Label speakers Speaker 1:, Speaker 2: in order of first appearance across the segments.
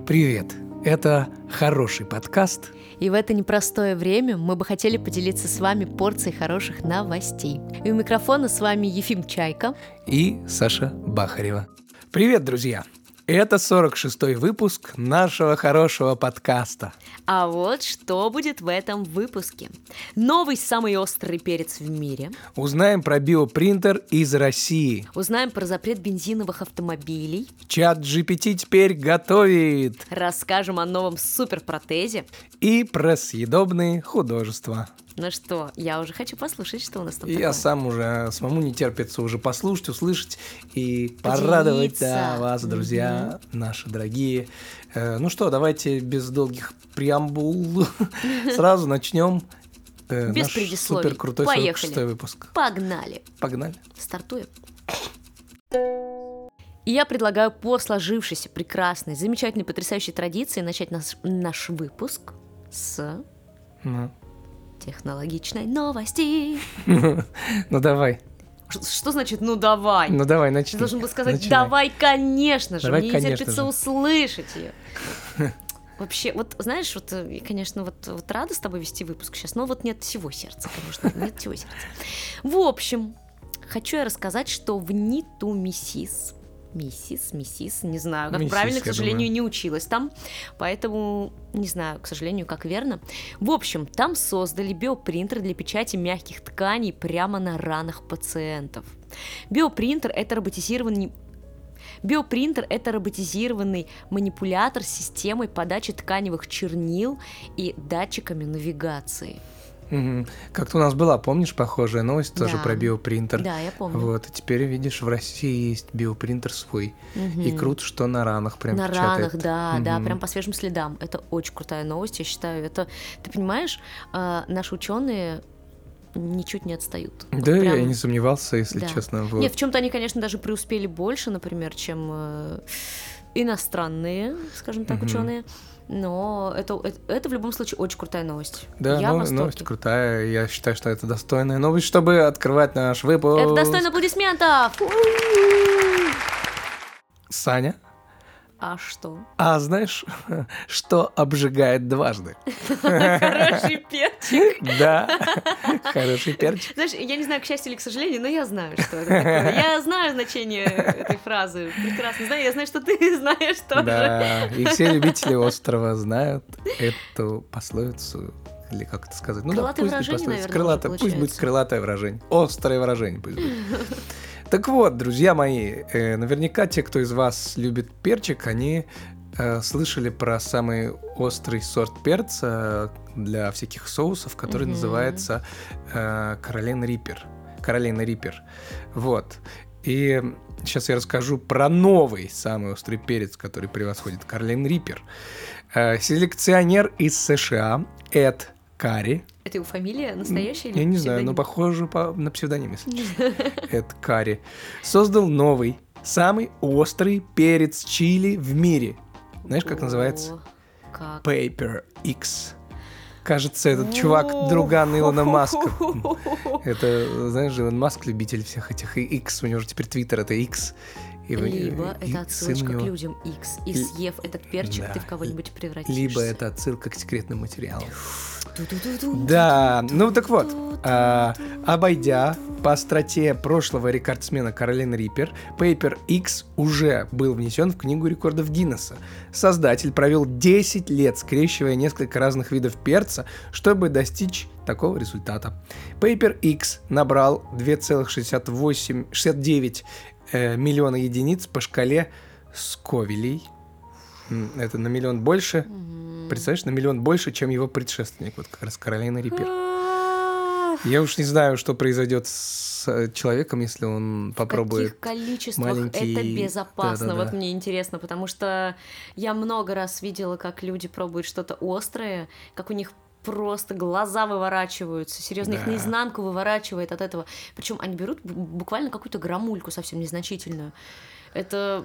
Speaker 1: Привет! Это хороший подкаст.
Speaker 2: И в это непростое время мы бы хотели поделиться с вами порцией хороших новостей. И у микрофона с вами Ефим Чайка
Speaker 1: и Саша Бахарева. Привет, друзья! Это 46-й выпуск нашего хорошего подкаста.
Speaker 2: А вот что будет в этом выпуске. Новый самый острый перец в мире.
Speaker 1: Узнаем про биопринтер из России.
Speaker 2: Узнаем про запрет бензиновых автомобилей.
Speaker 1: Чат GPT теперь готовит.
Speaker 2: Расскажем о новом суперпротезе.
Speaker 1: И про съедобные художества.
Speaker 2: Ну что, я уже хочу послушать, что у нас там
Speaker 1: Я
Speaker 2: такое.
Speaker 1: сам уже, самому не терпится уже послушать, услышать и порадовать вас, друзья, наши дорогие. Ну что, давайте без долгих преамбул сразу начнем
Speaker 2: Без
Speaker 1: наш
Speaker 2: предисловий.
Speaker 1: супер крутой 46-й выпуск.
Speaker 2: Погнали.
Speaker 1: Погнали.
Speaker 2: Стартуем. И я предлагаю по сложившейся прекрасной, замечательной, потрясающей традиции начать наш выпуск с технологичной новости.
Speaker 1: Ну давай.
Speaker 2: Что значит «ну давай»?
Speaker 1: Ну давай, начни.
Speaker 2: Ты должен был сказать
Speaker 1: Начинай.
Speaker 2: «давай, конечно же».
Speaker 1: Давай,
Speaker 2: Мне не
Speaker 1: конечно
Speaker 2: терпится
Speaker 1: же.
Speaker 2: услышать ее. Вообще, вот знаешь, вот я, конечно, вот рада с тобой вести выпуск сейчас, но вот нет всего сердца, конечно, нет всего сердца. В общем, хочу я рассказать, что в НИТУ МИСИС, не знаю, как
Speaker 1: МИСИС,
Speaker 2: правильно, к
Speaker 1: я
Speaker 2: сожалению,
Speaker 1: думаю.
Speaker 2: не училась там, поэтому не знаю, к сожалению, как верно. В общем, там создали биопринтер для печати мягких тканей прямо на ранах пациентов. Биопринтер — это роботизированный манипулятор с системой подачи тканевых чернил и датчиками навигации.
Speaker 1: Мгм. Как-то у нас была, помнишь, похожая новость тоже
Speaker 2: Да.
Speaker 1: про биопринтер.
Speaker 2: Да, я помню.
Speaker 1: Вот, и теперь, видишь, в России есть биопринтер свой. И круто, что на ранах прям
Speaker 2: На
Speaker 1: печатает.
Speaker 2: ранах, да,
Speaker 1: Мгм.
Speaker 2: прям по свежим следам. Это очень крутая новость, я считаю. Это, ты понимаешь, наши ученые ничуть не отстают. Вот
Speaker 1: Да,
Speaker 2: прям-
Speaker 1: я не сомневался, если
Speaker 2: да.
Speaker 1: честно. Вот.
Speaker 2: Нет, в чем-то они, конечно, даже преуспели больше, например, чем иностранные, скажем так,
Speaker 1: Мгм.
Speaker 2: ученые. Но это в любом случае очень крутая новость.
Speaker 1: Да,
Speaker 2: Я в
Speaker 1: новость
Speaker 2: восторге.
Speaker 1: крутая. Я считаю, что это достойная новость, чтобы открывать наш выпуск.
Speaker 2: Это достойно аплодисментов!
Speaker 1: Саня,
Speaker 2: А что?
Speaker 1: а знаешь, что обжигает дважды?
Speaker 2: Хороший перчик.
Speaker 1: Да, хороший перчик.
Speaker 2: Знаешь, я не знаю, к счастью или к сожалению, но я знаю, что это такое. Я знаю значение этой фразы. Прекрасно знаю. Я знаю, что ты знаешь тоже.
Speaker 1: Да, и все любители острова знают эту пословицу, или как это сказать? Ну
Speaker 2: Крылатое
Speaker 1: да, пусть будет
Speaker 2: выражение,
Speaker 1: пословица.
Speaker 2: наверное, уже
Speaker 1: Пусть будет
Speaker 2: получается.
Speaker 1: крылатое выражение. Острое выражение пусть будет. Так вот, друзья мои, наверняка те, кто из вас любит перчик, они слышали про самый острый сорт перца для всяких соусов, который называется Carolina Reaper. Вот. И сейчас я расскажу про новый самый острый перец, который превосходит Carolina Reaper. Селекционер из США Эд Карри.
Speaker 2: Это его фамилия настоящая или
Speaker 1: Я не знаю, но
Speaker 2: псевдоним?
Speaker 1: похоже на псевдоним, если честно. Эд Карри. Создал новый, самый острый перец чили в мире. Знаешь, как называется?
Speaker 2: О, как?
Speaker 1: Paper X. Кажется, этот чувак друган Илона Маска. Это, знаешь, Илон Маск любитель всех этих X. У него же теперь Твиттер это X.
Speaker 2: Либо
Speaker 1: и
Speaker 2: это
Speaker 1: сын
Speaker 2: отсылочка
Speaker 1: у
Speaker 2: к
Speaker 1: него-
Speaker 2: людям X. И съев этот перчик,
Speaker 1: Да.
Speaker 2: ты в кого-нибудь превратишься.
Speaker 1: Либо это отсылка к секретным материалам.
Speaker 2: Ту-ту-ту-ту.
Speaker 1: Да, ну так вот, обойдя по остроте прошлого рекордсмена Carolina Reaper, Paper X уже был внесен в Книгу рекордов Гиннесса. Создатель провел 10 лет, скрещивая несколько разных видов перца, чтобы достичь такого результата. Paper X набрал 2,69 миллиона единиц по шкале Сковелей. Это на миллион больше. Представляешь, на миллион больше, чем его предшественник, вот как раз Carolina Reaper. Я уж не знаю, что произойдет с человеком, если он
Speaker 2: В
Speaker 1: попробует.
Speaker 2: каких количествах
Speaker 1: маленький-
Speaker 2: это безопасно?
Speaker 1: Да-да-да.
Speaker 2: Вот мне интересно, потому что я много раз видела, как люди пробуют что-то острое, как у них просто глаза выворачиваются, серьезно, их
Speaker 1: Да.
Speaker 2: наизнанку выворачивает от этого. Причем они берут буквально какую-то грамульку совсем незначительную. Это...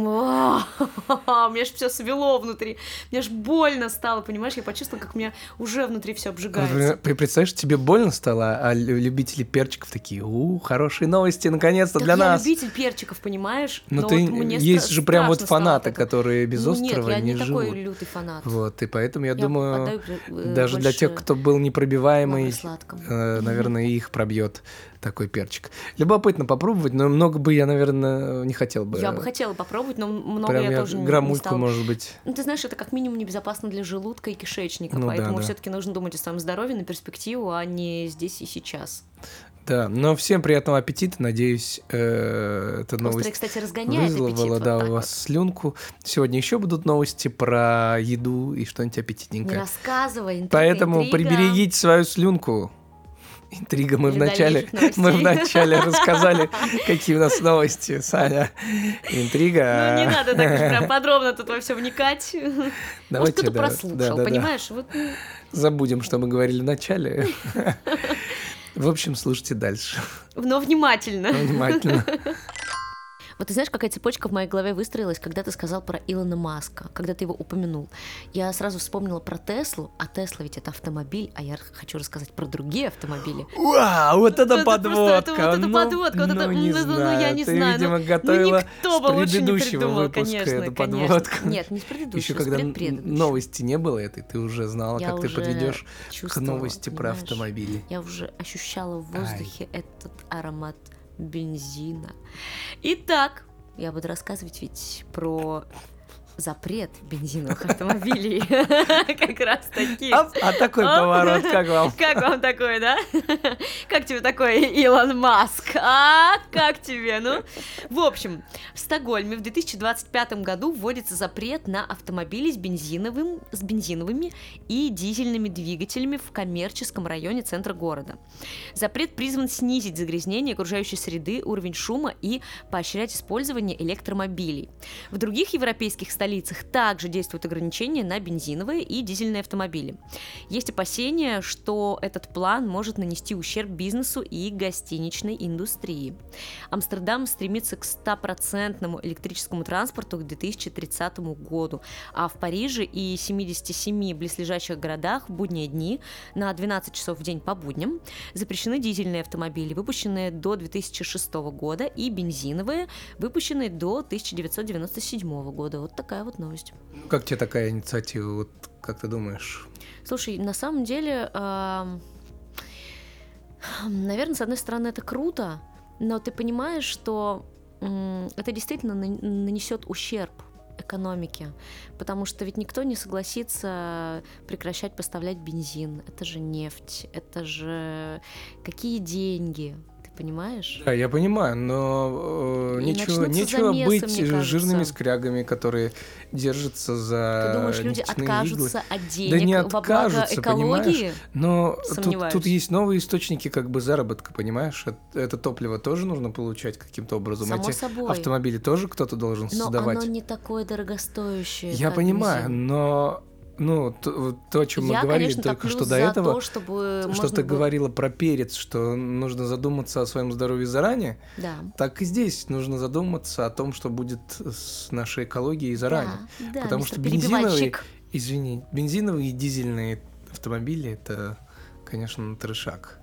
Speaker 2: Мне аж все свело внутри. Мне аж больно стало, понимаешь? Я почувствовала, как у меня уже внутри все обжигается.
Speaker 1: Представляешь, тебе больно стало, а любители перчиков такие: хорошие новости, наконец-то
Speaker 2: Так
Speaker 1: для
Speaker 2: я
Speaker 1: нас.
Speaker 2: любитель перчиков, понимаешь?
Speaker 1: Но
Speaker 2: вот
Speaker 1: ты
Speaker 2: мне
Speaker 1: есть же прям вот
Speaker 2: страшно
Speaker 1: фанаты,
Speaker 2: стало.
Speaker 1: которые без острова
Speaker 2: Нет, я не
Speaker 1: живут.
Speaker 2: такой лютый фанат.
Speaker 1: Вот, и поэтому я
Speaker 2: Я
Speaker 1: думаю,
Speaker 2: отдаю,
Speaker 1: даже для тех, кто был непробиваемый,
Speaker 2: лавры сладкому.
Speaker 1: наверное, их пробьет такой перчик. Любопытно попробовать, но много бы я, наверное, не хотел бы.
Speaker 2: Я бы хотела попробовать, но много
Speaker 1: Прям
Speaker 2: я тоже не
Speaker 1: грамульку,
Speaker 2: стала.
Speaker 1: может быть.
Speaker 2: Ну, ты знаешь, это как минимум небезопасно для желудка и кишечника,
Speaker 1: Ну,
Speaker 2: поэтому
Speaker 1: да.
Speaker 2: все-таки нужно думать о своем здоровье на перспективу, а не здесь и сейчас.
Speaker 1: Да, но всем приятного аппетита. Надеюсь, эта новость
Speaker 2: Острое, кстати, разгоняет аппетит.
Speaker 1: вызвала
Speaker 2: Вот
Speaker 1: у вас слюнку. Сегодня еще будут новости про еду и что-нибудь
Speaker 2: Не
Speaker 1: аппетитненькое.
Speaker 2: рассказывай, интрига,
Speaker 1: Поэтому
Speaker 2: интрига.
Speaker 1: приберегите свою слюнку. Интрига. Мы
Speaker 2: Для
Speaker 1: вначале
Speaker 2: дальнейших новостей.
Speaker 1: рассказали, какие у нас новости, Саня. Интрига.
Speaker 2: Ну, не надо так уж прям подробно тут во все вникать. Может,
Speaker 1: Давайте,
Speaker 2: кто-то
Speaker 1: да,
Speaker 2: прослушал,
Speaker 1: да.
Speaker 2: понимаешь? Вот.
Speaker 1: Забудем, что мы говорили в начале. В общем, слушайте дальше.
Speaker 2: Но внимательно.
Speaker 1: Внимательно.
Speaker 2: Вот ты знаешь, какая цепочка в моей голове выстроилась, когда ты сказал про Илона Маска, когда ты его упомянул. Я сразу вспомнила про Теслу, а Тесла ведь это автомобиль, а я хочу рассказать про другие автомобили.
Speaker 1: Вау, вот это подводка!
Speaker 2: Вот это подводка, вот это,
Speaker 1: не знаю,
Speaker 2: я не
Speaker 1: ты,
Speaker 2: знаю.
Speaker 1: видимо, готовила
Speaker 2: никто
Speaker 1: с
Speaker 2: бы лучше не
Speaker 1: предыдущего
Speaker 2: придумал,
Speaker 1: выпуска
Speaker 2: конечно,
Speaker 1: эту
Speaker 2: конечно.
Speaker 1: подводку.
Speaker 2: Нет, не с предыдущего,
Speaker 1: Еще
Speaker 2: с
Speaker 1: когда
Speaker 2: предыдущего.
Speaker 1: новости не было этой, ты уже знала,
Speaker 2: Я
Speaker 1: как ты
Speaker 2: уже
Speaker 1: подведешь к
Speaker 2: чувствовала,
Speaker 1: новости про
Speaker 2: понимаешь?
Speaker 1: автомобили.
Speaker 2: Я уже ощущала в воздухе этот аромат бензина. Итак, я буду рассказывать ведь про запрет бензиновых автомобилей. Как раз таки.
Speaker 1: А такой поворот, как вам?
Speaker 2: Как вам такое, да? Как тебе такой Илон Маск? А как тебе? Ну, в общем, в Стокгольме в 2025 году вводится запрет на автомобили с бензиновыми и дизельными двигателями в коммерческом районе центра города. Запрет призван снизить загрязнение окружающей среды, уровень шума и поощрять использование электромобилей. В других европейских столицах также действуют ограничения на бензиновые и дизельные автомобили. Есть опасения, что этот план может нанести ущерб бизнесу и гостиничной индустрии. Амстердам стремится к 100% электрическому транспорту к 2030 году, а в Париже и 77 близлежащих городах в будние дни на 12 часов в день по будням запрещены дизельные автомобили, выпущенные до 2006 года, и бензиновые, выпущенные до 1997 года. Вот такая вот новость.
Speaker 1: Как тебе такая инициатива? Вот как ты думаешь?
Speaker 2: Слушай, на самом деле, наверное, с одной стороны, это круто, но ты понимаешь, что это действительно нанесет ущерб экономике, потому что ведь никто не согласится прекращать поставлять бензин. Это же нефть, это же какие деньги, ты понимаешь?
Speaker 1: Да, я понимаю, но нечего
Speaker 2: замесы,
Speaker 1: быть
Speaker 2: мне кажется.
Speaker 1: жирными скрягами, которые держатся за
Speaker 2: Ты думаешь, люди
Speaker 1: нефтяные
Speaker 2: откажутся
Speaker 1: иглы.
Speaker 2: от денег
Speaker 1: Да не
Speaker 2: во благо
Speaker 1: откажутся,
Speaker 2: экологии?
Speaker 1: понимаешь? Но
Speaker 2: Сомневаюсь.
Speaker 1: тут есть новые источники как бы заработка, понимаешь? Это топливо тоже нужно получать каким-то образом.
Speaker 2: Само
Speaker 1: Эти
Speaker 2: собой.
Speaker 1: автомобили тоже кто-то должен
Speaker 2: Но
Speaker 1: создавать.
Speaker 2: оно не такое дорогостоящее.
Speaker 1: Я
Speaker 2: как
Speaker 1: понимаю,
Speaker 2: бензин.
Speaker 1: но то, о чем мы
Speaker 2: Я,
Speaker 1: говорили
Speaker 2: конечно,
Speaker 1: только
Speaker 2: топлю
Speaker 1: что до
Speaker 2: за
Speaker 1: этого,
Speaker 2: то, чтобы
Speaker 1: что
Speaker 2: можно
Speaker 1: ты
Speaker 2: было-
Speaker 1: говорила про перец, что нужно задуматься о своем здоровье заранее,
Speaker 2: Да.
Speaker 1: так и здесь нужно задуматься о том, что будет с нашей экологией заранее.
Speaker 2: Да,
Speaker 1: Потому
Speaker 2: мистер
Speaker 1: что бензиновые,
Speaker 2: перебивальщик.
Speaker 1: бензиновые и дизельные автомобили это, конечно, трешак.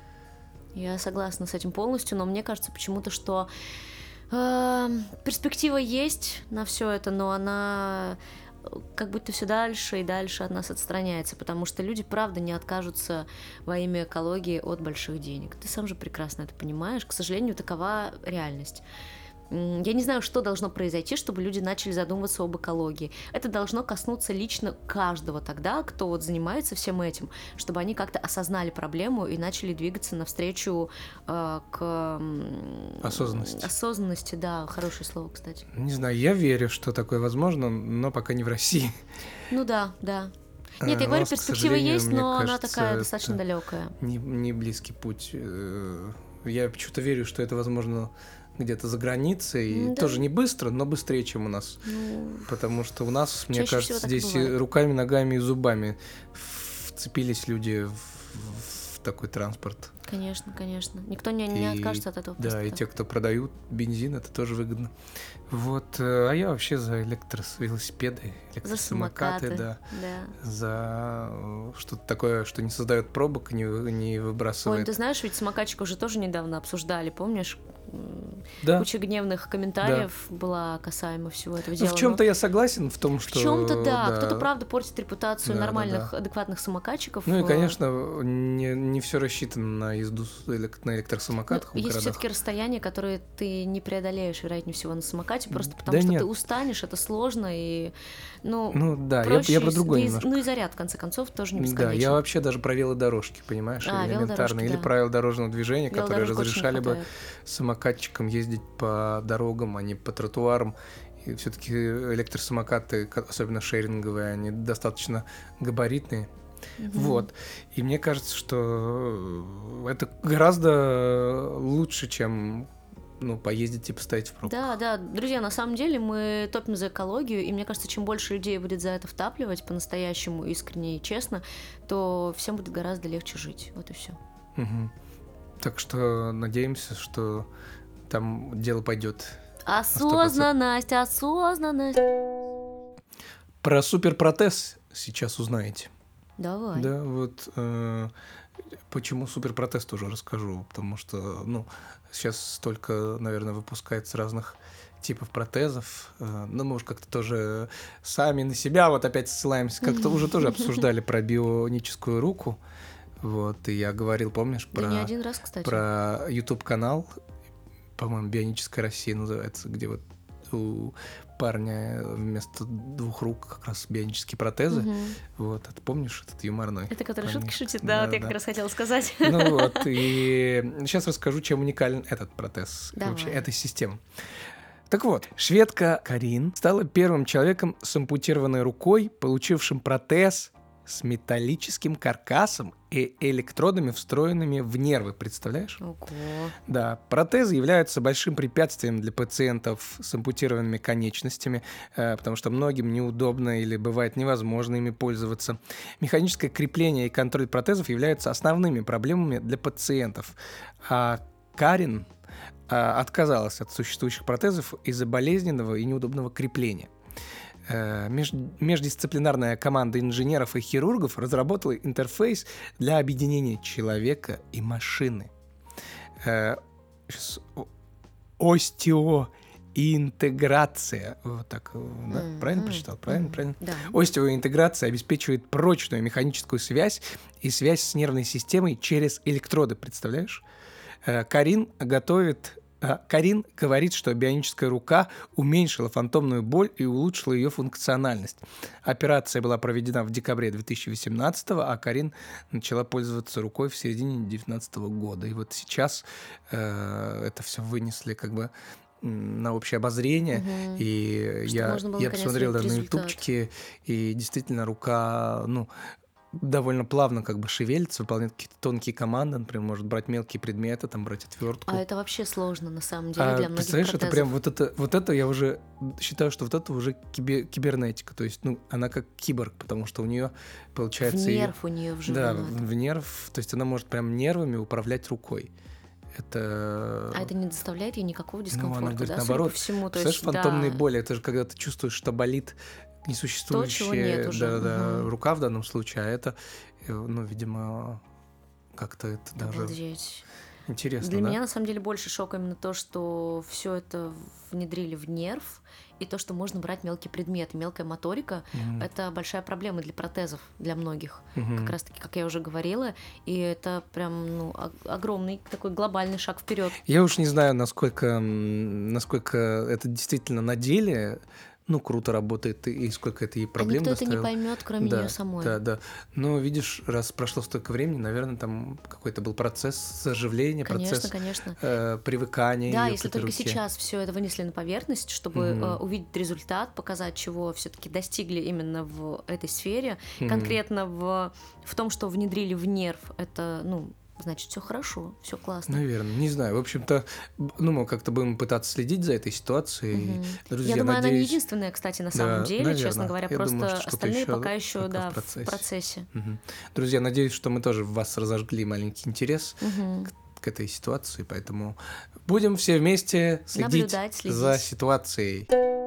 Speaker 2: Я согласна с этим полностью, но мне кажется почему-то, что перспектива есть на все это, но она как будто все дальше и дальше от нас отстраняется, потому что люди, правда, не откажутся во имя экологии от больших денег. Ты сам же прекрасно это понимаешь. К сожалению, такова реальность. Я не знаю, что должно произойти, чтобы люди начали задумываться об экологии. Это должно коснуться лично каждого тогда, кто вот занимается всем этим, чтобы они как-то осознали проблему и начали двигаться навстречу к
Speaker 1: Осознанности.
Speaker 2: Осознанности, да, хорошее слово, кстати.
Speaker 1: Не знаю, я верю, что такое возможно, но пока не в России.
Speaker 2: Ну да, да. Нет, я
Speaker 1: У
Speaker 2: говорю,
Speaker 1: нас, к
Speaker 2: перспектива
Speaker 1: сожалению,
Speaker 2: есть,
Speaker 1: мне
Speaker 2: но она
Speaker 1: кажется,
Speaker 2: такая
Speaker 1: это
Speaker 2: достаточно далекая.
Speaker 1: Не близкий путь. Я почему-то верю, что это возможно где-то за границей,
Speaker 2: Да.
Speaker 1: тоже не быстро, но быстрее, чем у нас.
Speaker 2: Ну,
Speaker 1: Потому что у нас, мне
Speaker 2: Чаще
Speaker 1: кажется,
Speaker 2: всего так и
Speaker 1: здесь
Speaker 2: бывает.
Speaker 1: руками, ногами и зубами вцепились люди в такой транспорт.
Speaker 2: Конечно, конечно. Никто не откажется от этого.
Speaker 1: Да, и те, кто продают бензин, это тоже выгодно. Вот, а я вообще за электровелосипеды, электросамокаты,
Speaker 2: да.
Speaker 1: За что-то такое, что не создает пробок, не выбрасывает.
Speaker 2: Ой, ты знаешь, ведь самокатчиков уже тоже недавно обсуждали, помнишь?
Speaker 1: Да.
Speaker 2: Куча гневных комментариев была касаемо всего этого дела.
Speaker 1: В чем-то я согласен в том, что...
Speaker 2: В чем-то да. Кто-то, правда, портит репутацию нормальных, адекватных самокатчиков.
Speaker 1: Ну и, конечно, не все рассчитано на езду на электросамокатах.
Speaker 2: Есть все-таки расстояния, которые ты не преодолеешь, вероятнее всего, на самокате, просто потому что ты устанешь, это сложно, и
Speaker 1: я про другое немножко.
Speaker 2: Ну и заряд, в конце концов, тоже не бесконечен.
Speaker 1: Да, я вообще даже про велодорожки, понимаешь, элементарно. Или правила дорожного движения, которые разрешали бы самокатчикам ездить по дорогам, а не по тротуарам. И все-таки электросамокаты, особенно шеринговые, они достаточно габаритные. Вот. И мне кажется, что это гораздо лучше, чем поездить и постоять в пробках.
Speaker 2: Да, друзья, на самом деле мы топим за экологию, и мне кажется, чем больше людей будет за это втапливать по-настоящему, искренне и честно, то всем будет гораздо легче жить. Вот и все.
Speaker 1: Так что надеемся, что там дело пойдет.
Speaker 2: Осознанность.
Speaker 1: Про суперпротез сейчас узнаете.
Speaker 2: Давай.
Speaker 1: Да, вот почему суперпротез тоже расскажу, потому что, сейчас столько, наверное, выпускается разных типов протезов, но мы уж как-то тоже сами на себя вот опять ссылаемся, как-то уже тоже обсуждали про бионическую руку, вот, и я говорил, помнишь,
Speaker 2: не один раз, кстати.
Speaker 1: Про YouTube-канал, по-моему, «Бионическая Россия» называется, где вот у парня вместо 2 рук как раз бионические протезы. Вот, это помнишь, этот юморной?
Speaker 2: Это который шутки шутит, да, вот я как раз хотела сказать.
Speaker 1: Ну вот, и сейчас расскажу, чем уникален этот протез, вообще эта система. Так вот, шведка Карин стала первым человеком с ампутированной рукой, получившим протез с металлическим каркасом и электродами, встроенными в нервы. Представляешь?
Speaker 2: Ого.
Speaker 1: Да, протезы являются большим препятствием для пациентов с ампутированными конечностями, потому что многим неудобно или бывает невозможно ими пользоваться. Механическое крепление и контроль протезов являются основными проблемами для пациентов. А Карин отказалась от существующих протезов из-за болезненного и неудобного крепления. Междисциплинарная команда инженеров и хирургов разработала интерфейс для объединения человека и машины. Остеоинтеграция. Вот так, да? Правильно прочитал? Правильно?
Speaker 2: Да.
Speaker 1: Остеоинтеграция обеспечивает прочную механическую связь и связь с нервной системой через электроды. Представляешь? Карин говорит, что бионическая рука уменьшила фантомную боль и улучшила ее функциональность. Операция была проведена в декабре 2018, а Карин начала пользоваться рукой в середине 2019 года. И вот сейчас это все вынесли как бы на общее обозрение. И я посмотрел на ютубчике, и действительно рука, довольно плавно как бы шевелится, выполняет какие-то тонкие команды, например, может брать мелкие предметы, там брать отвертку.
Speaker 2: А это вообще сложно на самом деле для многих
Speaker 1: представляешь,
Speaker 2: протезов.
Speaker 1: это прям вот это я уже считаю, что вот это уже кибернетика, то есть, она как киборг, потому что у нее получается...
Speaker 2: В нерв у нее вживлено.
Speaker 1: Да, в нерв, то есть она может прям нервами управлять рукой.
Speaker 2: А это не доставляет ей никакого дискомфорта,
Speaker 1: она говорит,
Speaker 2: да,
Speaker 1: наоборот.
Speaker 2: судя по всему.
Speaker 1: Представляешь, фантомные боли, это же когда ты чувствуешь, что болит несуществующая рука в данном случае, а это, видимо, как-то это даже интересно.
Speaker 2: Для меня, на самом деле, больше шок именно то, что все это внедрили в нерв, и то, что можно брать мелкие предметы. Мелкая моторика — это большая проблема для протезов, для многих. Как раз-таки, как я уже говорила, и это прям огромный такой глобальный шаг вперед.
Speaker 1: Я уж не знаю, насколько это действительно на деле круто работает, и сколько это ей проблем
Speaker 2: доставило.
Speaker 1: Никто
Speaker 2: это не поймет, кроме нее самой.
Speaker 1: Да. Но видишь, раз прошло столько времени, наверное, там какой-то был процесс заживления, процесс привыкания.
Speaker 2: Да, если только сейчас все это вынесли на поверхность, чтобы увидеть результат, показать, чего все-таки достигли именно в этой сфере, конкретно в том, что внедрили в нерв, это значит, все хорошо, все классно.
Speaker 1: Наверное, не знаю. В общем-то, мы как-то будем пытаться следить за этой ситуацией. Друзья,
Speaker 2: Я думаю, она не
Speaker 1: надеюсь...
Speaker 2: единственная, кстати, на самом деле,
Speaker 1: наверно.
Speaker 2: честно говоря,
Speaker 1: Я
Speaker 2: просто
Speaker 1: думаю, что
Speaker 2: остальные
Speaker 1: что-то
Speaker 2: пока еще
Speaker 1: пока
Speaker 2: в процессе.
Speaker 1: Друзья, надеюсь, что мы тоже в вас разожгли маленький интерес к этой ситуации, поэтому будем все вместе следить за ситуацией.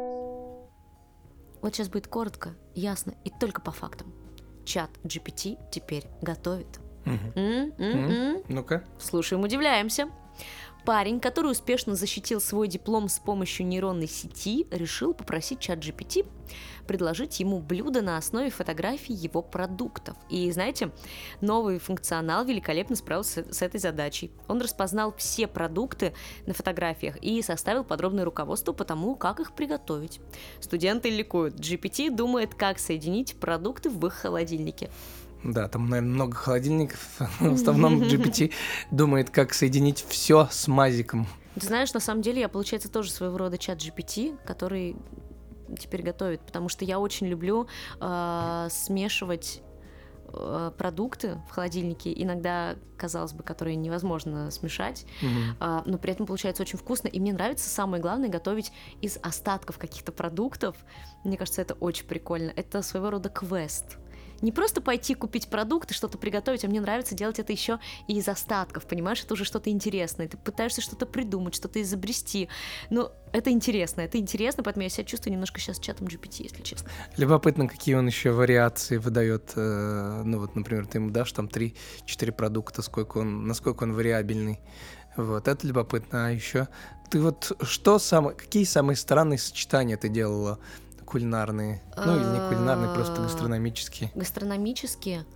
Speaker 2: Вот сейчас будет коротко, ясно и только по фактам. Чат GPT теперь готовит.
Speaker 1: Ну-ка.
Speaker 2: Слушаем, удивляемся. Парень, который успешно защитил свой диплом с помощью нейронной сети, решил попросить чат GPT предложить ему блюдо на основе фотографий его продуктов. И, знаете, новый функционал великолепно справился с этой задачей. Он распознал все продукты на фотографиях и составил подробное руководство по тому, как их приготовить. Студенты ликуют. GPT думает, как соединить продукты в их холодильнике.
Speaker 1: Да, там, наверное, много холодильников. В основном GPT думает, как соединить все с мазиком.
Speaker 2: Ты знаешь, на самом деле я, получается, тоже своего рода чат GPT, который теперь готовит, потому что я очень люблю смешивать продукты в холодильнике, иногда, казалось бы, которые невозможно смешать, но при этом получается очень вкусно, и мне нравится, самое главное, готовить из остатков каких-то продуктов. Мне кажется, это очень прикольно. Это своего рода квест. Не просто пойти купить продукты, что-то приготовить, а мне нравится делать это еще и из остатков, понимаешь? Это уже что-то интересное. Ты пытаешься что-то придумать, что-то изобрести. Но это интересно, поэтому я себя чувствую немножко сейчас чатом GPT, если честно.
Speaker 1: Любопытно, какие он еще вариации выдает. Например, ты ему дашь там 3-4 продукта, насколько он вариабельный. Вот, это любопытно. А еще ты какие самые странные сочетания ты делала? Кулинарные. Или не кулинарные, просто гастрономические.
Speaker 2: Гастрономические.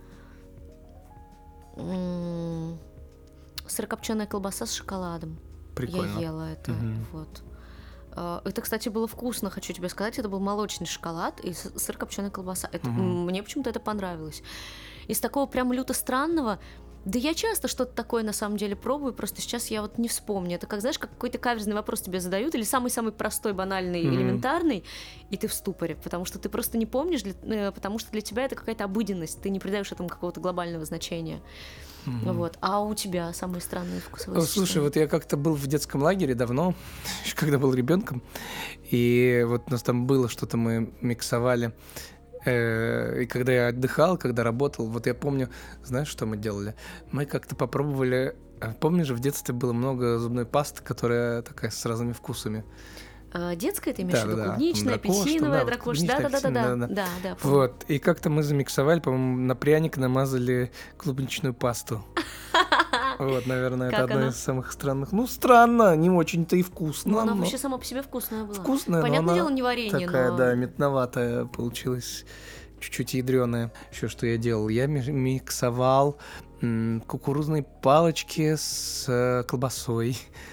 Speaker 2: Сырокопченая колбаса с шоколадом.
Speaker 1: Прикольно.
Speaker 2: Я ела это. Вот. Это, кстати, было вкусно, хочу тебе сказать. Это был молочный шоколад и сырокопченая колбаса. Мне почему-то это понравилось. Из такого прям люто странного. Да я часто что-то такое на самом деле пробую, просто сейчас я вот не вспомню. Это как, знаешь, как какой-то каверзный вопрос тебе задают, или самый-самый простой, банальный, элементарный, и ты в ступоре, потому что ты просто не помнишь, потому что для тебя это какая-то обыденность, ты не придаешь этому какого-то глобального значения. Вот. А у тебя самые странные вкусовые сочетания?
Speaker 1: Слушай, вот я как-то был в детском лагере давно, еще когда был ребенком, и вот у нас там было что-то, мы миксовали. И когда я отдыхал, когда работал, вот я помню, знаешь, что мы делали? Мы как-то попробовали... Помнишь, в детстве было много зубной пасты, которая такая с разными вкусами?
Speaker 2: Детская, ты имеешь в виду? Клубничная, апельсиновая, дракош. Да.
Speaker 1: Вот, и как-то мы замиксовали, по-моему, на пряник намазали клубничную пасту. Вот, наверное, это одно из самых странных. Странно, не очень-то и вкусно.
Speaker 2: Но она вообще сама по себе вкусная была.
Speaker 1: Вкусная,
Speaker 2: понятное
Speaker 1: но
Speaker 2: дело, не варенье,
Speaker 1: такая,
Speaker 2: но...
Speaker 1: да, метноватая получилась, чуть-чуть ядреная. Еще что я делал? Я миксовал кукурузные палочки с колбасой.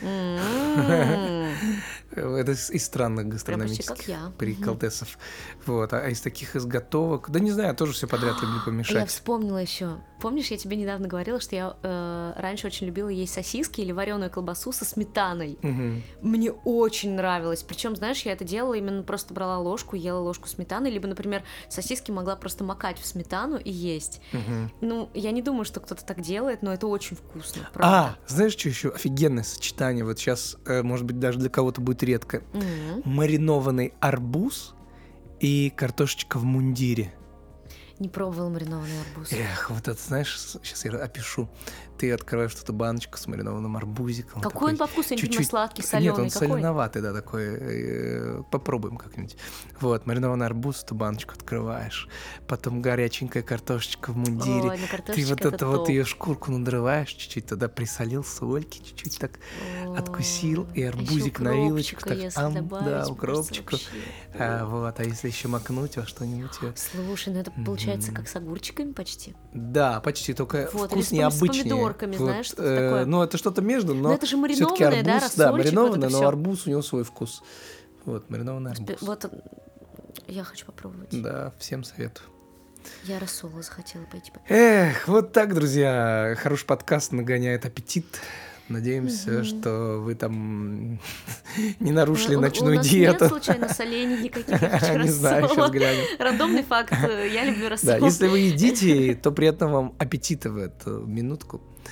Speaker 1: Это из странных гастрономических приколтесов. Вот. А из таких изготовок, да не знаю, я тоже все подряд люблю помешать.
Speaker 2: Я вспомнила еще. Помнишь, я тебе недавно говорила, что я раньше очень любила есть сосиски или вареную колбасу со сметаной. Мне очень нравилось. Причем, знаешь, я это делала именно просто брала ложку, ела ложку сметаны, либо, например, сосиски могла просто макать в сметану и есть. Я не думаю, что кто-то так делает, но это очень вкусно. Правда.
Speaker 1: Знаешь, что еще офигенное сочетание? Вот сейчас, может быть, даже для кого-то будет редко. Маринованный арбуз и картошечка в мундире.
Speaker 2: Не пробовала маринованный арбуз.
Speaker 1: Вот это, знаешь, сейчас я опишу. Ты открываешь что-то баночку с маринованным арбузиком.
Speaker 2: Какой он по вкусу? Я не понимаю, сладкий, соленый.
Speaker 1: Нет, он соленоватый, да, такой. Попробуем как-нибудь. Вот, маринованный арбуз, эту баночку открываешь. Потом горяченькая картошечка в мундире.
Speaker 2: Ой,
Speaker 1: ты вот это вот ее шкурку надрываешь, чуть-чуть туда присолил, сольки чуть-чуть так откусил, и арбузик на вилочку. Да, укропчику. А если еще макнуть во что-нибудь.
Speaker 2: Слушай, это получается как с огурчиками почти.
Speaker 1: Да, почти, только вкус
Speaker 2: С
Speaker 1: необычнее.
Speaker 2: знаешь, что такое.
Speaker 1: Это что-то между, но
Speaker 2: это же
Speaker 1: все-таки арбуз, да, маринованный, но арбуз у него свой вкус. Вот, маринованный арбуз.
Speaker 2: Вот я хочу попробовать.
Speaker 1: Да, всем советую.
Speaker 2: Я рассола захотела пойти.
Speaker 1: Вот так, друзья. Хороший подкаст нагоняет аппетит. Надеемся, что вы там не нарушили ночную диету.
Speaker 2: У нас нет случайно солений никаких, я хочу рассола.
Speaker 1: Не знаю, сейчас глянем.
Speaker 2: Рандомный факт, я люблю рассол.
Speaker 1: Да, если вы едите, то приятного вам аппетита в эту минутку.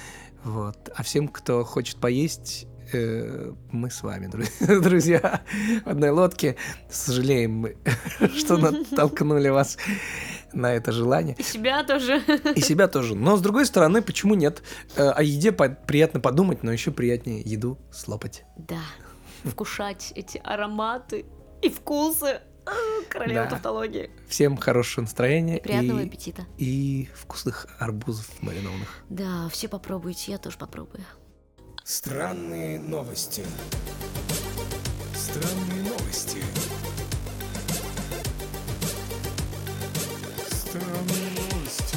Speaker 1: Вот. А всем, кто хочет поесть, мы с вами, друзья, в одной лодке. Сожалеем мы, что натолкнули вас на это желание.
Speaker 2: И себя тоже.
Speaker 1: И себя тоже. Но, с другой стороны, почему нет? О еде приятно подумать, но еще приятнее еду слопать.
Speaker 2: Да, вкушать эти ароматы и вкусы. Королева тавтологии.
Speaker 1: Всем хорошего настроения.
Speaker 2: И приятного аппетита.
Speaker 1: И вкусных арбузов маринованных.
Speaker 2: Да, все попробуйте, я тоже попробую.
Speaker 1: Странные новости. Странные новости. Странные новости.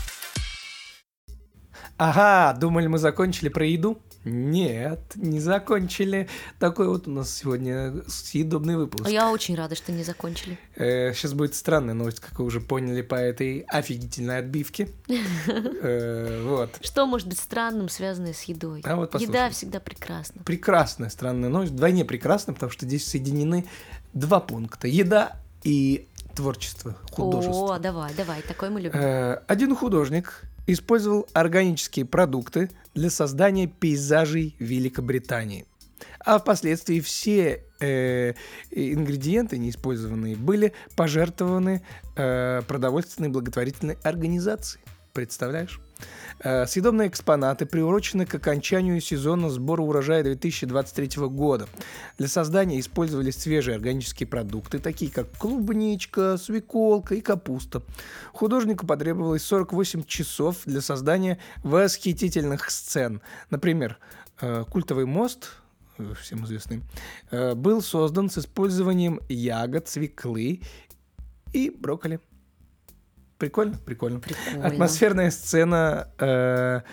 Speaker 1: Ага, думали, мы закончили про еду? Нет, не закончили. Такой вот у нас сегодня съедобный выпуск.
Speaker 2: Я очень рада, что не закончили.
Speaker 1: Сейчас будет странная новость, как вы уже поняли по этой офигительной отбивке. Вот.
Speaker 2: Что может быть странным, связанное с едой? Еда всегда прекрасна.
Speaker 1: Прекрасная странная новость. Вдвойне прекрасная, потому что здесь соединены два пункта. Еда и творчество, художество.
Speaker 2: О, давай, такой мы любим.
Speaker 1: Один художник использовал органические продукты для создания пейзажей Великобритании. А впоследствии все ингредиенты неиспользованные были пожертвованы продовольственной благотворительной организации. Представляешь? Съедобные экспонаты приурочены к окончанию сезона сбора урожая 2023 года. Для создания использовались свежие органические продукты, такие как клубничка, свеколка и капуста. Художнику потребовалось 48 часов для создания восхитительных сцен. Например, культовый мост, всем известный, был создан с использованием ягод, свеклы и брокколи. Прикольно? Прикольно. Атмосферная сцена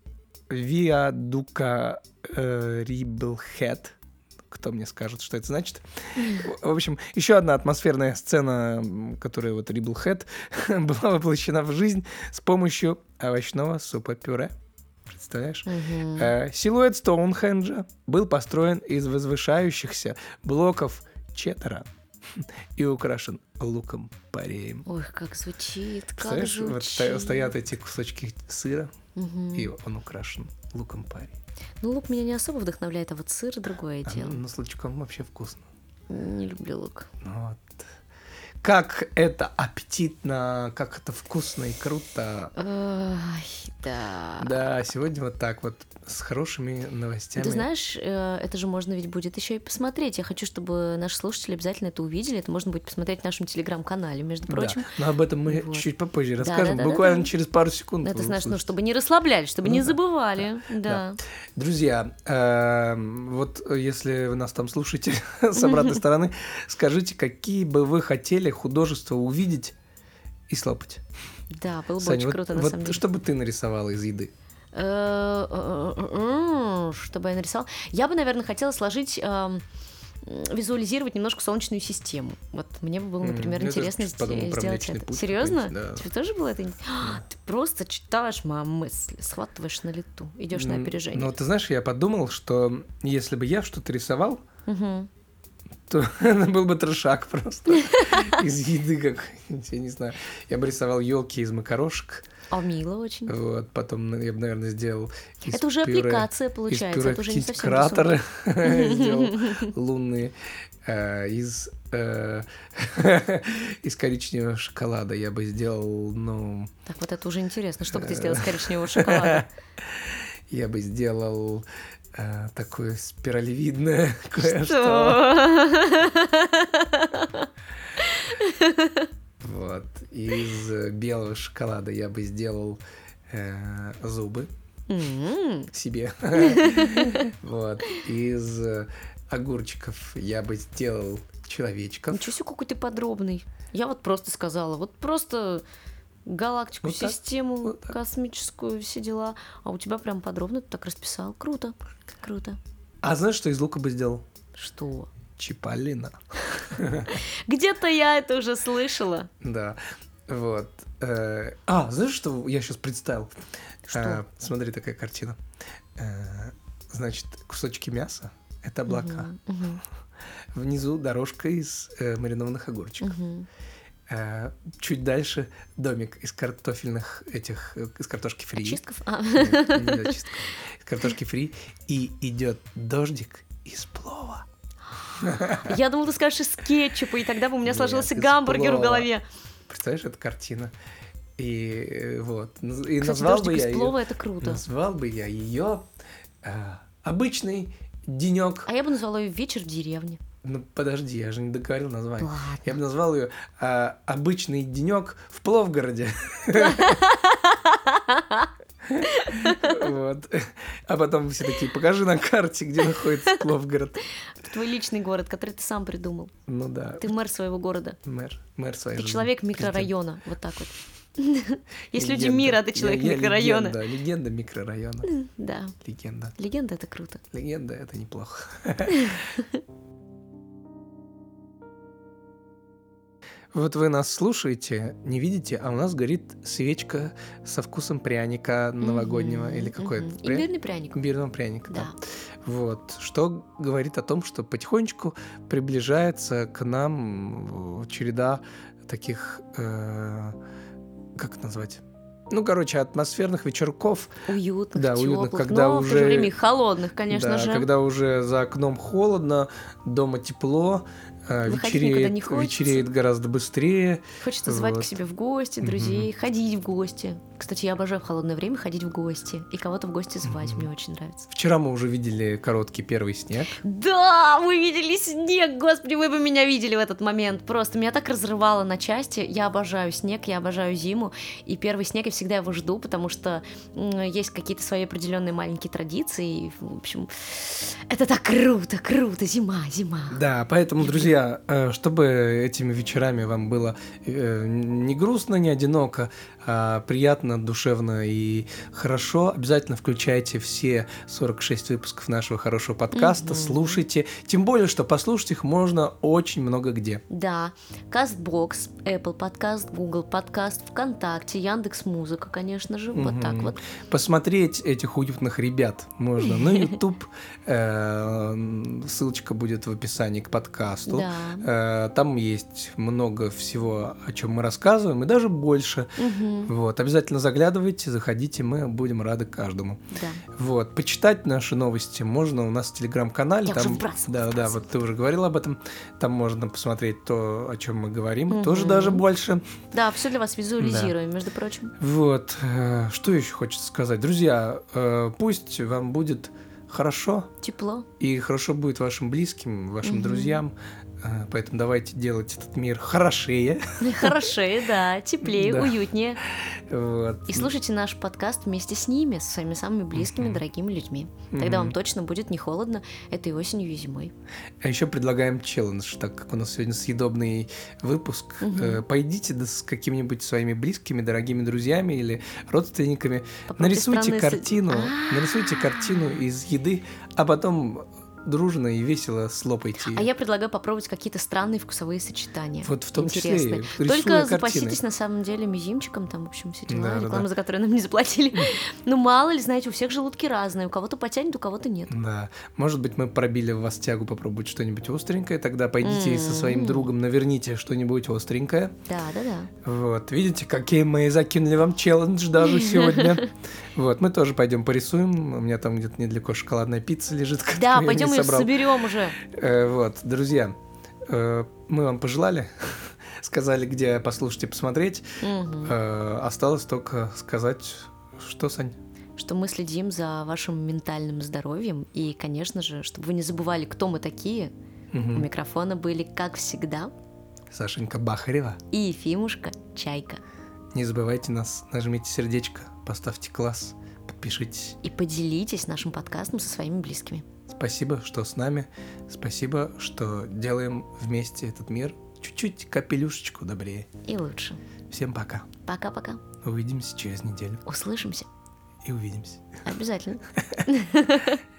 Speaker 1: Виадука Риблхед. Кто мне скажет, что это значит? В общем, еще одна атмосферная сцена, которая вот Риблхед, была воплощена в жизнь с помощью овощного супа-пюре. Представляешь? Силуэт Стоунхенджа был построен из возвышающихся блоков Четтера и украшен луком-пореем.
Speaker 2: Ой, как звучит, как
Speaker 1: звучит. Вот стоят эти кусочки сыра, и он украшен луком-пореем.
Speaker 2: Ну, лук меня не особо вдохновляет, а вот сыр — другое дело.
Speaker 1: Ну, с лучком вообще вкусно.
Speaker 2: Не люблю лук.
Speaker 1: Вот. Как это аппетитно, как это вкусно и круто.
Speaker 2: Ой, да.
Speaker 1: Да, сегодня вот так вот, с хорошими новостями.
Speaker 2: Ты знаешь, это же можно ведь будет еще и посмотреть. Я хочу, чтобы наши слушатели обязательно это увидели. Это можно будет посмотреть в нашем телеграм-канале, между прочим.
Speaker 1: Да, но об этом мы чуть-чуть попозже расскажем, буквально через пару секунд.
Speaker 2: Это знаешь, чтобы не расслаблялись, чтобы не забывали. Да.
Speaker 1: Друзья, вот если вы нас там слушаете с обратной стороны, скажите, какие бы вы хотели художества увидеть и слопать.
Speaker 2: Да, было бы очень круто, на самом деле.
Speaker 1: Что бы ты нарисовала из еды?
Speaker 2: Чтобы я нарисовала? Я бы, наверное, хотела сложить, визуализировать немножко Солнечную систему. Вот мне бы было, например, интересно сделать это. Серьезно?
Speaker 1: Да.
Speaker 2: Тебе тоже было это? Ты просто читаешь мои мысли, схватываешь на лету, идешь на опережение.
Speaker 1: Ну, ты знаешь, я подумал, что если бы я что-то рисовал, то это был бы трешак просто из еды какой-нибудь, я не знаю. Я бы рисовал елки из макарошек.
Speaker 2: А мило очень.
Speaker 1: Вот, потом я бы, наверное, сделал из
Speaker 2: это уже
Speaker 1: пюре,
Speaker 2: аппликация получается,
Speaker 1: пюре
Speaker 2: это уже не совсем
Speaker 1: кратеры сделал лунные, из коричневого шоколада я бы сделал, ну...
Speaker 2: Так, вот это уже интересно. Что бы ты сделал из коричневого шоколада?
Speaker 1: Я бы сделал такое спиралевидное кое-что.
Speaker 2: Что?
Speaker 1: Вот. Из белого шоколада я бы сделал зубы себе. Вот. Из огурчиков я бы сделал человечков.
Speaker 2: Ничего себе, какой ты подробный. Я вот просто сказала, вот просто галактику, вот систему вот космическую, все дела. А у тебя прям подробно ты так расписал. Круто, круто.
Speaker 1: А знаешь, что из лука бы сделал?
Speaker 2: Что?
Speaker 1: Чиполлино.
Speaker 2: Где-то я это уже слышала.
Speaker 1: Да, вот. Знаешь, что я сейчас представил?
Speaker 2: Что?
Speaker 1: Смотри, такая картина. Значит, кусочки мяса — это облака. Внизу дорожка из маринованных огурчиков. Чуть дальше домик из картофельных из картошки фри.
Speaker 2: Очистков?
Speaker 1: Нет, не очистков. Из картошки фри. И идет дождик из плова.
Speaker 2: Я думала, ты скажешь из кетчупа, и тогда бы у меня сложился
Speaker 1: Нет, из
Speaker 2: гамбургер в
Speaker 1: плова.
Speaker 2: голове.
Speaker 1: Представляешь, это картина. И вот. И
Speaker 2: Кстати,
Speaker 1: назвал бы
Speaker 2: дождик
Speaker 1: я
Speaker 2: из плова —
Speaker 1: ее.
Speaker 2: это круто.
Speaker 1: Назвал бы я ее обычный денек.
Speaker 2: А я бы назвала ее «Вечер в деревне».
Speaker 1: Ну подожди, я же не договорил название.
Speaker 2: Ладно.
Speaker 1: Я бы назвал ее обычный денек в Пловгороде. Вот. А потом все такие: покажи на карте, где находится Пловгород.
Speaker 2: Это твой личный город, который ты сам придумал.
Speaker 1: Ну да.
Speaker 2: Ты мэр своего города.
Speaker 1: Мэр своей
Speaker 2: Ты
Speaker 1: жизни.
Speaker 2: человек
Speaker 1: Президент.
Speaker 2: микрорайона. Вот так вот. Есть люди
Speaker 1: Легенда.
Speaker 2: мира, а ты человек
Speaker 1: Я
Speaker 2: микрорайона.
Speaker 1: легенда микрорайона.
Speaker 2: Да.
Speaker 1: Легенда.
Speaker 2: Легенда — это круто.
Speaker 1: Легенда — это неплохо. Вот вы нас слушаете, не видите, а у нас горит свечка со вкусом пряника новогоднего или какой-то
Speaker 2: Имбирный пряник.
Speaker 1: имбирного пряника, да.
Speaker 2: Да.
Speaker 1: Вот, что говорит о том, что потихонечку приближается к нам череда таких, как это назвать? Ну, короче, атмосферных вечерков.
Speaker 2: Уютных,
Speaker 1: Да,
Speaker 2: теплых,
Speaker 1: уютных, когда
Speaker 2: но в то же
Speaker 1: уже-
Speaker 2: время и холодных, конечно
Speaker 1: Да,
Speaker 2: же.
Speaker 1: когда уже за окном холодно, дома тепло,
Speaker 2: Выходить никуда не хочется.
Speaker 1: вечереет гораздо быстрее.
Speaker 2: Хочется звать
Speaker 1: Вот.
Speaker 2: к себе в гости, друзей, ходить в гости. Кстати, я обожаю в холодное время ходить в гости. И кого-то в гости звать, мне очень нравится.
Speaker 1: Вчера мы уже видели короткий первый снег.
Speaker 2: Да, мы видели снег, господи, вы бы меня видели в этот момент. Просто меня так разрывало на части. Я обожаю снег, я обожаю зиму. И первый снег, я всегда его жду, потому что есть какие-то свои определенные маленькие традиции. И, в общем, это так круто, круто, зима.
Speaker 1: Да, поэтому, друзья, чтобы этими вечерами вам было не грустно, не одиноко, а приятно, душевно и хорошо, обязательно включайте все 46 выпусков нашего хорошего подкаста, слушайте. Тем более, что послушать их можно очень много где.
Speaker 2: Да, Castbox, Apple Podcast, Google Podcast, ВКонтакте, Яндекс.Музыка, конечно же, вот так вот.
Speaker 1: Посмотреть этих уютных ребят можно на YouTube. Ссылочка будет в описании к подкасту.
Speaker 2: Да.
Speaker 1: Там есть много всего, о чем мы рассказываем, и даже больше. Вот, обязательно заглядывайте, заходите, мы будем рады каждому.
Speaker 2: Да.
Speaker 1: Вот, почитать наши новости можно у нас в телеграм-канале.
Speaker 2: Я уже вбрасывала.
Speaker 1: Да, вот ты уже говорил об этом. Там можно посмотреть то, о чем мы говорим, и тоже даже больше.
Speaker 2: Да, все для вас визуализируем, между прочим.
Speaker 1: Вот, что еще хочется сказать. Друзья, пусть вам будет хорошо,
Speaker 2: Тепло.
Speaker 1: и хорошо будет вашим близким, вашим друзьям. Поэтому давайте делать этот мир хорошее.
Speaker 2: Хорошее, да, теплее,
Speaker 1: Да.
Speaker 2: уютнее.
Speaker 1: Вот.
Speaker 2: И слушайте наш подкаст вместе с ними, со своими самыми близкими, дорогими людьми. Тогда вам точно будет не холодно этой осенью и зимой.
Speaker 1: А еще предлагаем челлендж, так как у нас сегодня съедобный выпуск. Пойдите с какими-нибудь своими близкими, дорогими друзьями или родственниками,
Speaker 2: Попробуйте
Speaker 1: нарисуйте
Speaker 2: странные
Speaker 1: нарисуйте картину из еды, а потом дружно и весело слопайте ее.
Speaker 2: А я предлагаю попробовать какие-то странные вкусовые сочетания.
Speaker 1: Вот в том числе,
Speaker 2: интересные.
Speaker 1: рисуя
Speaker 2: Только
Speaker 1: картины.
Speaker 2: запаситесь на самом деле мизинчиком, там, в общем, все дела,
Speaker 1: Да,
Speaker 2: реклама,
Speaker 1: да.
Speaker 2: за которую нам не заплатили. Ну, мало ли, знаете, у всех желудки разные, у кого-то потянет, у кого-то нет.
Speaker 1: Да, может быть, мы пробили в вас тягу попробовать что-нибудь остренькое, тогда пойдите и со своим другом наверните что-нибудь остренькое.
Speaker 2: Да.
Speaker 1: Вот, видите, какие мы закинули вам челлендж даже сегодня. Вот, мы тоже пойдем порисуем. У меня там где-то недалеко шоколадная пицца лежит, которую
Speaker 2: Да,
Speaker 1: я
Speaker 2: пойдем
Speaker 1: не
Speaker 2: ее
Speaker 1: собрал.
Speaker 2: соберем уже.
Speaker 1: Вот, друзья, мы вам пожелали, сказали, где послушать и посмотреть. Осталось только сказать, что, Сань?
Speaker 2: Что мы следим за вашим ментальным здоровьем. И, конечно же, чтобы вы не забывали, кто мы такие. У микрофона были, как всегда,
Speaker 1: Сашенька Бахарева.
Speaker 2: и Ефимушка Чайка.
Speaker 1: Не забывайте нас, нажмите сердечко, поставьте класс, подпишитесь.
Speaker 2: И поделитесь нашим подкастом со своими близкими.
Speaker 1: Спасибо, что с нами. Спасибо, что делаем вместе этот мир чуть-чуть капелюшечку добрее.
Speaker 2: И лучше.
Speaker 1: Всем пока.
Speaker 2: Пока-пока.
Speaker 1: Увидимся через неделю.
Speaker 2: Услышимся.
Speaker 1: И увидимся.
Speaker 2: Обязательно.